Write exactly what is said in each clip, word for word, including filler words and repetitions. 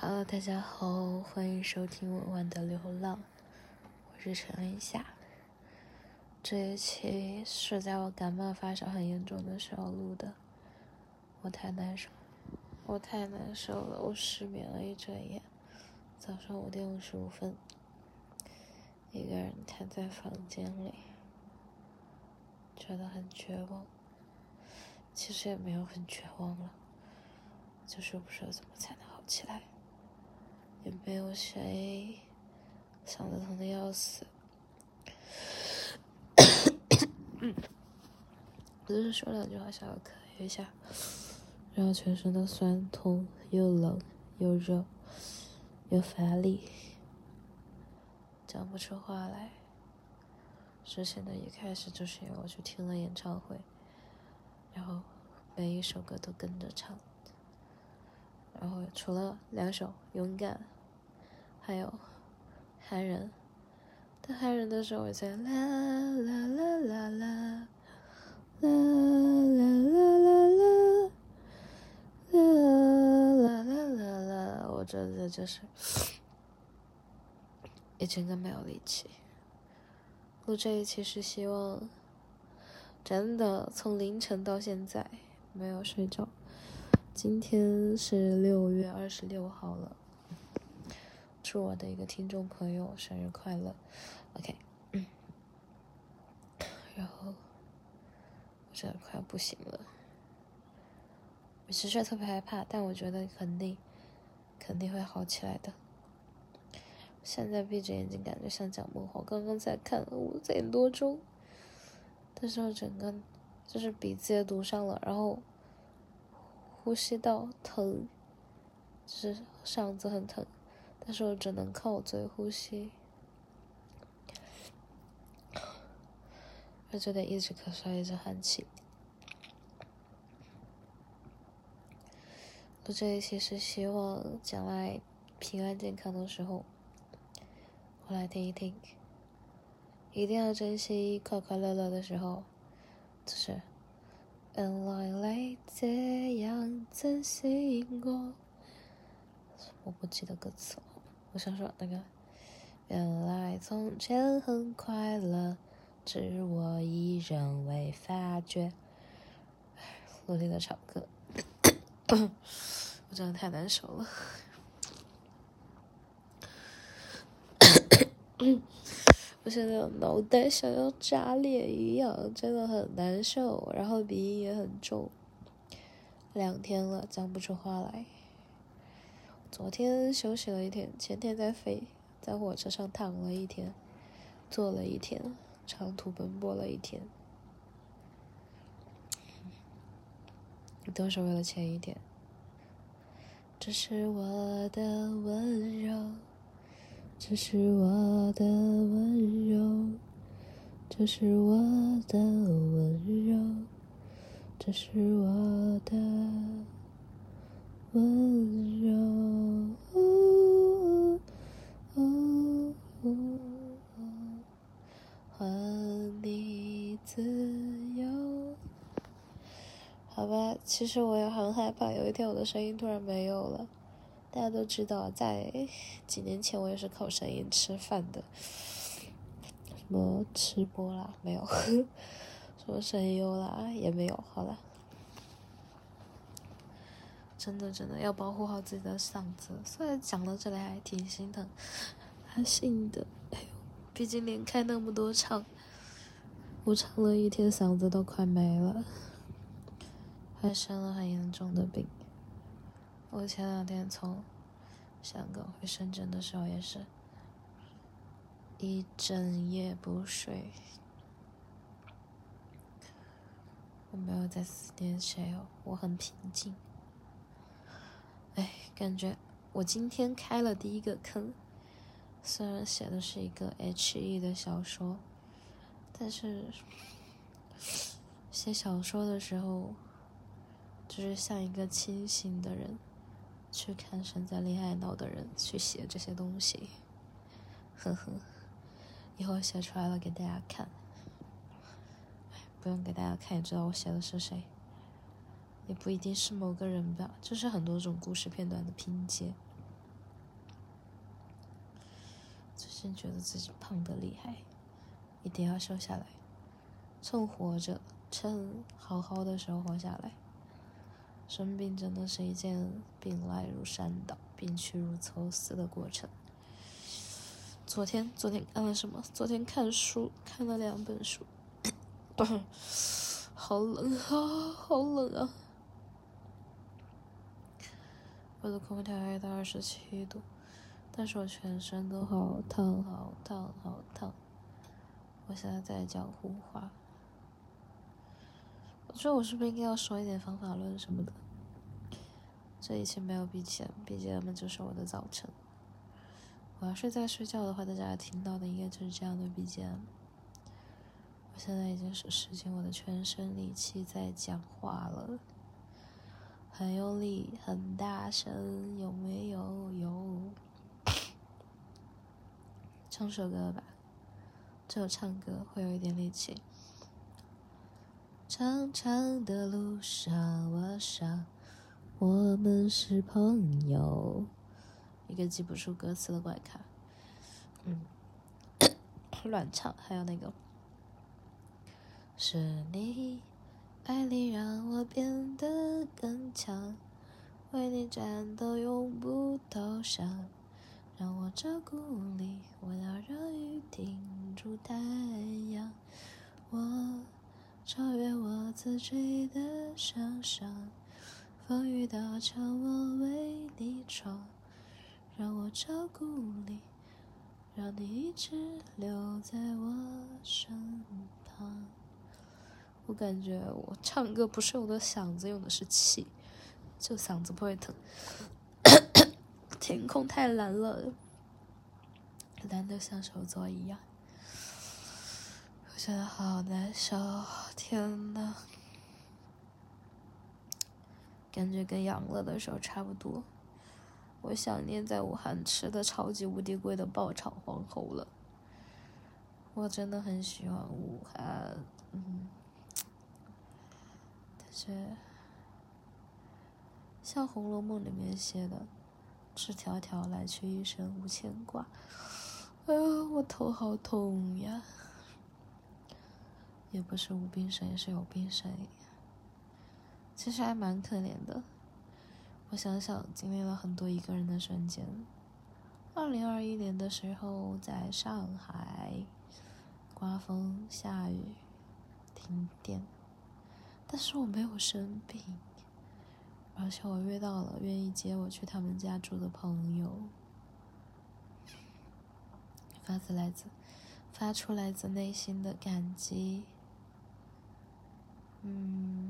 Hello， 大家好，欢迎收听文婉的流浪，我是陈林夏。这一期是在我感冒发烧很严重的时候录的，我太难受，我太难受了，我失眠了一整夜。早上五点五十五分，一个人瘫在房间里，觉得很绝望。其实也没有很绝望了，就是不知道怎么才能好起来。也没有谁嗓子疼的要死。我就是说两句话想要咳一下，然后全身都酸痛，又冷又热又乏力，讲不出话来。之前的一开始就是因为我去听了演唱会，然后每一首歌都跟着唱，然后除了两首勇敢还有韩人，但韩人的时候我在啦啦啦啦啦啦啦啦啦啦啦啦啦啦，我真的就是一整个没有力气。录这一期是希望真的从凌晨到现在没有睡着。今天是六月二十六号了，祝我的一个听众朋友生日快乐。 OK， 嗯，然后我真的快要不行了。我其实特别害怕，但我觉得肯定肯定会好起来的。现在闭着眼睛感觉像讲梦话，刚刚在看五点多钟，但是我整个就是鼻子也堵上了，然后呼吸道疼，就是嗓子很疼，但是我只能靠嘴呼吸，我就得一直咳嗽一直喊气。录这一期是希望将来平安健康的时候我来听一听，一定要珍惜快快乐乐的时候，就是原来你这样珍惜我，我不记得歌词了。我想说那个原来从前很快乐，只我一人未发觉。努力的唱歌我真的太难受了我现在脑袋像要炸裂一样，真的很难受，然后鼻音也很重，两天了讲不出话来。昨天休息了一天，前天在飞，在火车上躺了一天，坐了一天，长途奔波了一天，都是为了前一天。这是我的温柔，这是我的温柔，这是我的温柔，这是我的温柔。哦哦哦哦，还你自由。好吧，其实我也很害怕有一天我的声音突然没有了。大家都知道，在几年前我也是靠声音吃饭的，什么吃播啦没有，什么声优啦也没有。好了，真的真的要保护好自己的嗓子。虽然讲到这里还挺心疼，还信的。哎呦，毕竟连开那么多场，我唱了一天，嗓子都快没了，还生了很严重的病。我前两天从香港回深圳的时候也是一整夜不睡，我没有在思念谁哦，我很平静。哎，感觉我今天开了第一个坑，虽然写的是一个 H E 的小说，但是写小说的时候就是像一个清醒的人去看身在恋爱脑的人去写这些东西，呵呵，以后写出来了给大家看，不用给大家看也知道我写的是谁，也不一定是某个人吧，就是很多种故事片段的拼接。 心觉得自己胖得厉害，一定要瘦下来，趁活着，趁好好的时候活下来。生病真的是一件病来如山倒，病去如抽丝的过程。昨天，昨天干了什么？昨天看书，看了两本书。好冷啊，好冷啊！我的空调开到二十七度，但是我全身都好烫，好烫，好烫。我现在在讲胡话。我觉得我是不是应该要说一点方法论什么的？这一期没有 B G M，B G M 就是我的早晨。我要睡在睡觉的话，大家听到的应该就是这样的 B G M。我现在已经是使尽我的全身力气在讲话了，很用力，很大声，有没有？有。唱首歌吧，只有唱歌会有一点力气。长长的路上，我想我们是朋友。一个记不住歌词的怪咖，嗯，乱唱。还有那个，是你爱你让我变得更强，为你战斗永不投降，让我照顾你，我要让雨停住太阳，我超越我自己的想象，风雨刀枪我为你闯，让我照顾你，让你一直留在我身旁。我感觉我唱歌不是用的嗓子，用的是气，就嗓子不会疼。天空太蓝了，蓝得像手作一样，我觉得好难受，天哪！感觉跟阳了的时候差不多。我想念在武汉吃的超级无敌贵的爆炒黄喉了。我真的很喜欢武汉，嗯，但是像《红楼梦》里面写的“赤条条来去一生无牵挂”，哎呀，我头好痛呀！也不是无病呻吟，是有病呻吟，其实还蛮可怜的。我想想，经历了很多一个人的瞬间。二零二一年的时候，在上海，刮风下雨，停电，但是我没有生病，而且我遇到了愿意接我去他们家住的朋友，发自来自，发出来自内心的感激。嗯，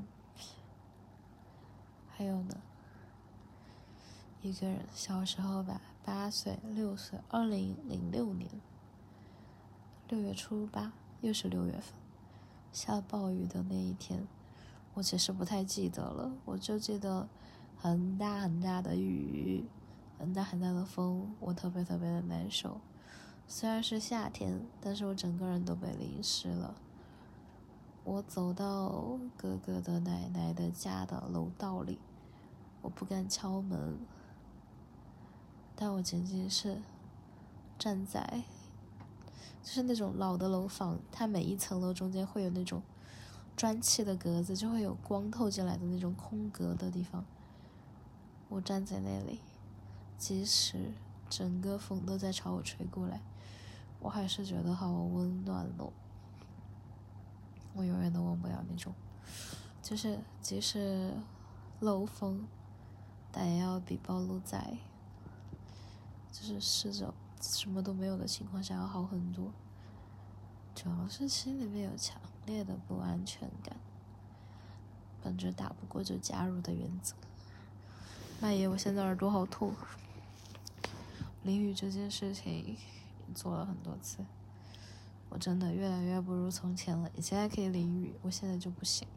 还有呢？一个人小时候吧，八岁、六岁，二零零六年六月初八，又是六月份，下暴雨的那一天，我其实不太记得了，我就记得很大很大的雨，很大很大的风，我特别特别的难受。虽然是夏天，但是我整个人都被淋湿了。我走到哥哥的奶奶的家的楼道里，我不敢敲门。但我仅仅是站在，就是那种老的楼房，它每一层楼中间会有那种砖砌的格子，就会有光透进来的那种空格的地方。我站在那里，即使整个风都在朝我吹过来，我还是觉得好温暖哦。我永远都忘不了那种，就是即使漏风，但也要比暴露在就是试着什么都没有的情况下要好很多。主要是心里面有强烈的不安全感，本着打不过就加入的原则。妈耶，我现在耳朵好痛。淋雨这件事情做了很多次，我真的越来越不如从前了。以前还可以淋雨，我现在就不行，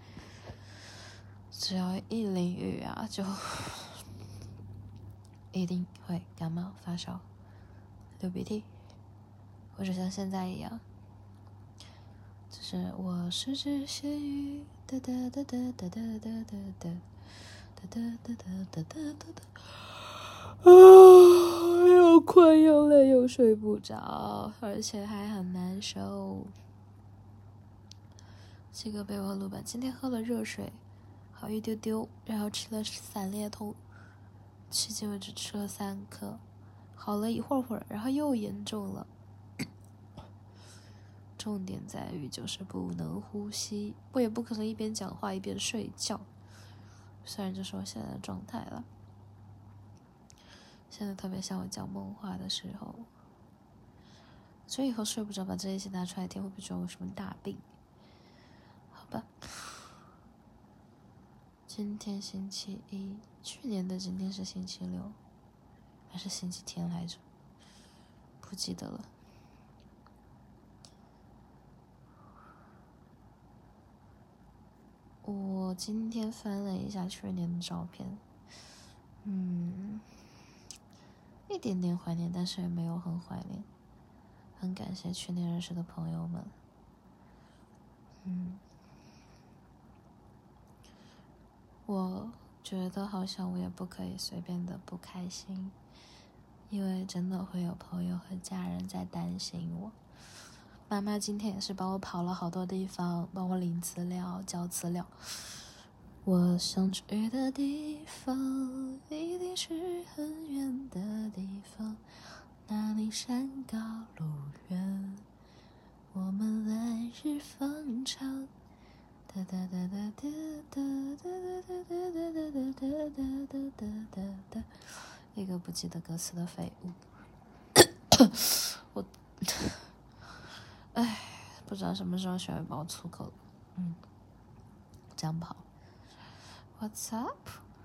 只要一淋雨啊就一定会感冒发烧流鼻涕，或者像现在一样，就是我是只咸鱼，哒哒哒哒哒哒哒哒哒哒哒哒哒哒哒哒，啊，要困又累又睡不着，而且还很难受。这个被窝露板今天喝了热水，好一丢丢，然后吃了散裂痛，迄今为止吃了三颗，好了一会儿会儿，然后又严重了。重点在于就是不能呼吸，我也不可能一边讲话一边睡觉，虽然这是我现在的状态了。现在特别像我讲梦话的时候，所以以后睡不着把这一些拿出来听，会不会觉得我什么大病？好吧，今天星期一，去年的今天是星期六，还是星期天来着？不记得了。我今天翻了一下去年的照片，嗯，一点点怀念，但是也没有很怀念。很感谢去年认识的朋友们，嗯，我觉得好像我也不可以随便的不开心，因为真的会有朋友和家人在担心我。妈妈今天也是帮我跑了好多地方，帮我领资料、交资料。我想去的地方一定是很远的地方，那里山高路远，我们来日方长。哒哒哒哒哒哒哒哒哒哒哒哒哒哒哒哒，一个不记得歌词的废物。我，唉，不知道什么时候学会爆粗口了。嗯，这样跑。What's up？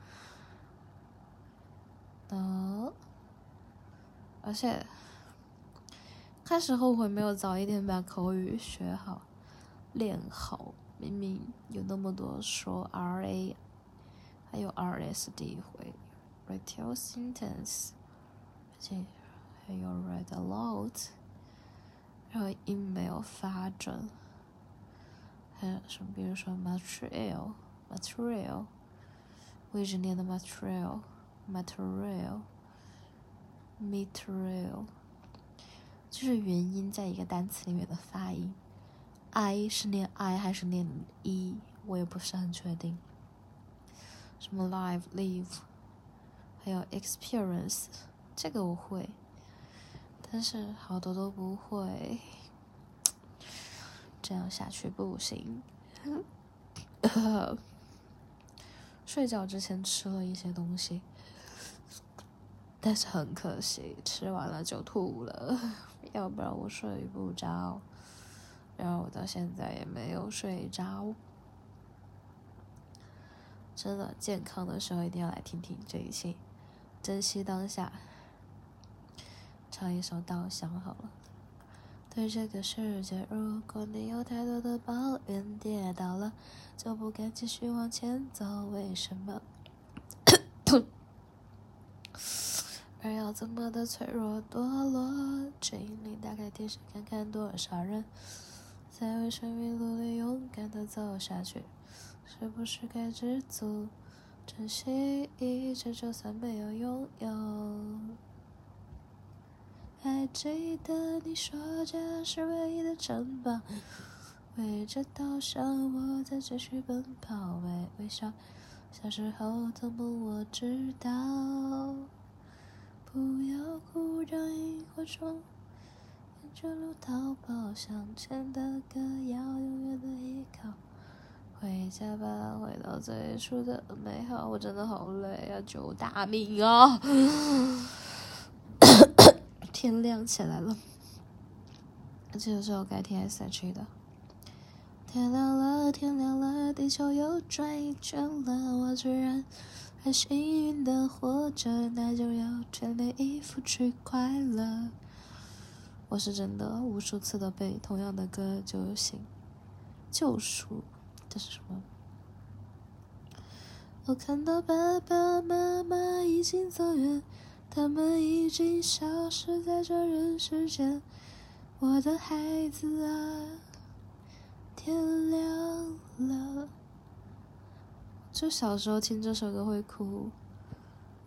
no， 而且开始后悔没有早一点把口语学好、练好。明明有那么多说 R A， 还有 R S D 会 retail sentence， 而且还有 read aloud， 然后音没有发准，还有什么，比如说 material material， 我一直念的 material material material， 就是元音在一个单词里面的发音。I 是念 I 还是念 E， 我也不是很确定。什么 live live， 还有 experience， 这个我会，但是好多都不会，这样下去不行。睡觉之前吃了一些东西，但是很可惜，吃完了就吐了，要不然我睡不着。然后我到现在也没有睡着。真的，健康的时候一定要来听听这一期，珍惜当下。唱一首《稻香》好了。对这个世界，如果你有太多的抱怨，跌倒了就不敢继续往前走，为什么？而要这么的脆弱堕落？请你打开电视看看多少人在为生命努力勇敢的走下去，是不是该知足，珍惜一切，就算没有拥有。还记得你说这是唯一的城堡，围着稻香我在继续奔跑，微微笑，小时候的梦我知道。不要哭，让萤火虫沿着路逃跑，向前的歌要永远的依靠。回家吧，回到最初的美好。我真的好累啊，救大命啊！天亮起来了，这个时候该听 S H E 的。天亮了，天亮了，地球又转一圈了，我居然还幸运的活着，那就要全力以赴去快乐。我是真的无数次的被同样的歌救醒，救赎，这是什么？我看到爸爸妈妈已经走远，他们已经消失在这人世间。我的孩子啊，天亮了。就小时候听这首歌会哭，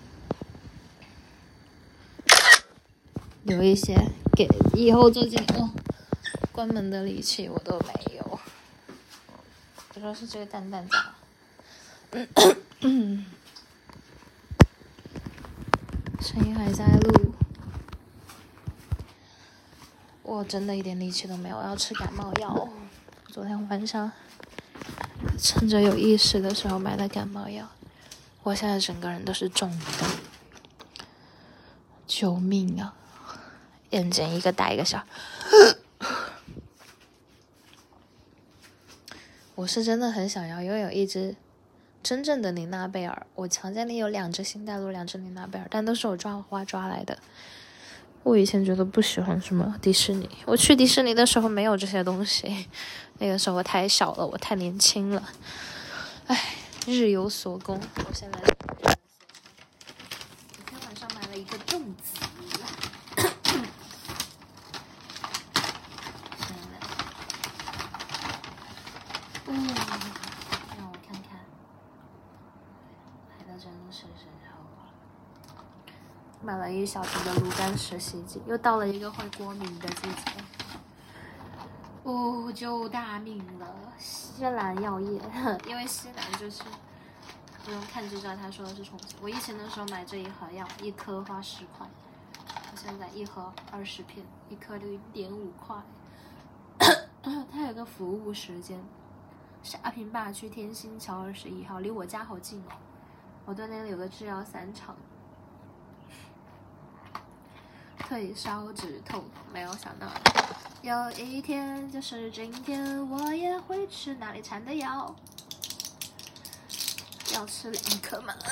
有一些给以后做节目关门的力气我都没有。主要是这个蛋蛋咋声音还在录，我真的一点力气都没有，要吃感冒药。昨天晚上趁着有意识的时候买了感冒药，我现在整个人都是重的，救命啊！眼睛一个大一个小。我是真的很想要拥有一只真正的琳娜贝尔。我房间里有两只星黛露，两只琳娜贝尔，但都是我抓花抓来的。我以前觉得不喜欢什么迪士尼，我去迪士尼的时候没有这些东西，那个时候我太小了，我太年轻了。唉，日有所供，我现在昨天晚上买了一个粽子。嗯，让我看看，拍的真的是时候了。买了一小瓶的芦甘石洗剂，又到了一个会过敏的季节。哦，救大命了！西兰药业，因为西兰就是不用看就知道他说的是重庆。我疫情的时候买这一盒药，一颗花十块，我现在一盒二十片，一颗零点五块。它有个服务时间。沙坪坝区天星桥二十一号，离我家好近哦。我对那里有个制药三厂，退烧止痛。没有想到有一天就是今天，我也会吃哪里产的药，要吃两颗吗？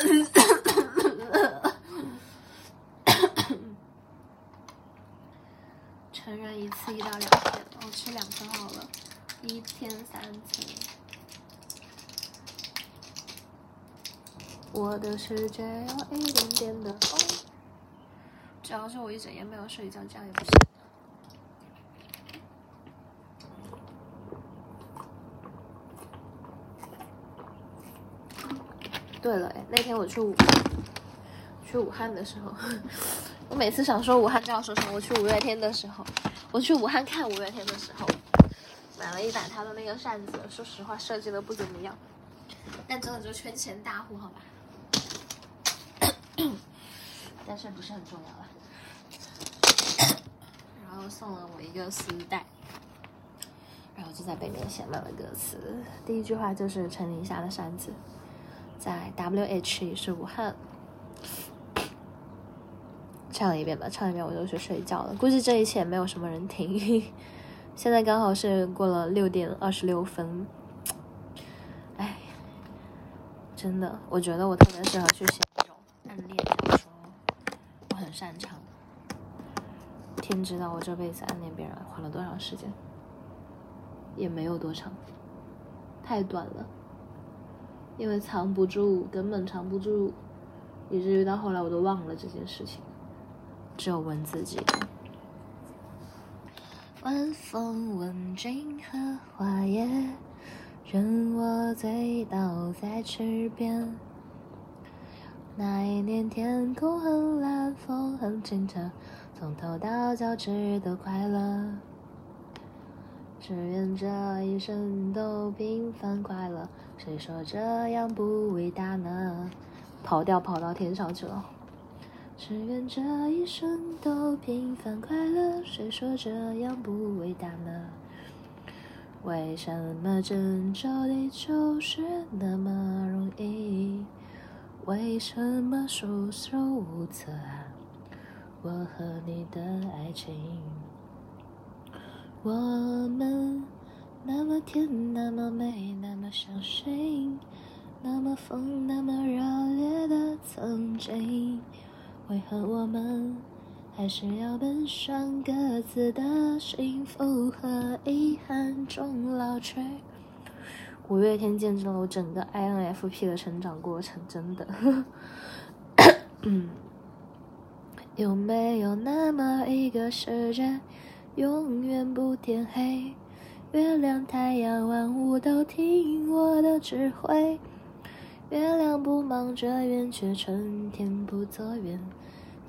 成人一次一到两片，我吃两颗好了，一天三次。我的世界有一点点的风，主要是我一整夜没有睡觉，这样也不行。对了，那天我去武去武汉的时候，我每次想说武汉就要说什么。我去五月天的时候，我去武汉看五月天的时候，买了一把他的那个扇子，说实话设计的不怎么样，但真的就圈钱大户，好吧。但是不是很重要了。然后送了我一个丝带，然后就在背面写满了歌词。第一句话就是陈琳下的扇子，在 W H 是武汉。唱了一遍吧，唱一遍我就去睡觉了。估计这一切也没有什么人听。现在刚好是过了六点二十六分。哎，真的，我觉得我特别适合去写那种暗恋小说，我很擅长。天知道我这辈子暗恋别人花了多长时间，也没有多长，太短了，因为藏不住，根本藏不住，以至于到后来我都忘了这件事情，只有文字记得。晚风吻尽荷花叶，任我醉倒在池边。那一年天空很蓝，风很清澈，从头到脚趾都快乐。只愿这一生都平凡快乐，谁说这样不伟大呢？跑调跑到天上去了。只愿这一生都平凡快乐，谁说这样不伟大呢？为什么拯救地球是那么容易？为什么束手无策啊？我和你的爱情，我们那么甜，那么美，那么相信，那么疯，那么热烈的曾经，为何我们还是要奔向各自的幸福和遗憾中老去？五月天见证了我整个 I N F P 的成长过程，真的。有没有那么一个世界，永远不天黑？月亮、太阳、万物都听我的指挥。月亮不忙着圆，却春天不做圆。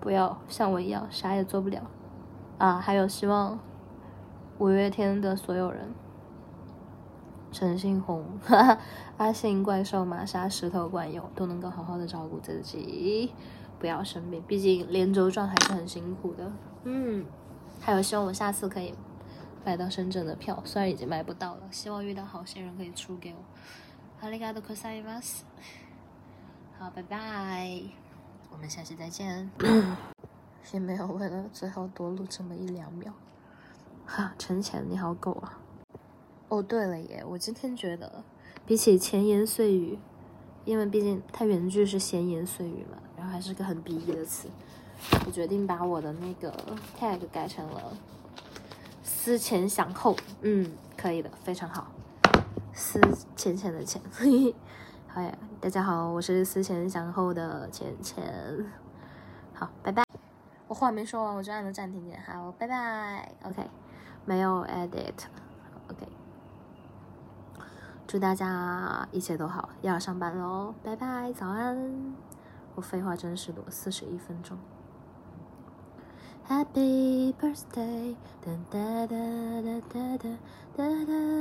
不要像我一样啥也做不了啊！还有希望五月天的所有人，陈信宏、阿信、怪兽、玛莎、石头、冠佑都能够好好的照顾自己，不要生病。毕竟连轴转还是很辛苦的。嗯，还有希望我下次可以买到深圳的票，虽然已经买不到了，希望遇到好心人可以出给我。ありがとうございます。好，拜拜，我们下期再见。也没有为了最后多录这么一两秒。哈，陈浅你好狗啊！哦，对了耶，我今天觉得比起前言碎语，因为毕竟它原句是闲言碎语嘛，然后还是个很鄙夷的词，我决定把我的那个 tag 改成了思前想后。嗯，可以的，非常好。思浅浅的浅，好呀，大家好，我是思前想后的浅浅。好，拜拜。我话没说完，我就按了暂停键。好，拜拜。OK， 没有 edit。OK， 祝大家一切都好，要上班喽，拜拜，早安。我废话真是多，四十一分钟。Happy birthday，哒哒哒哒哒哒哒哒。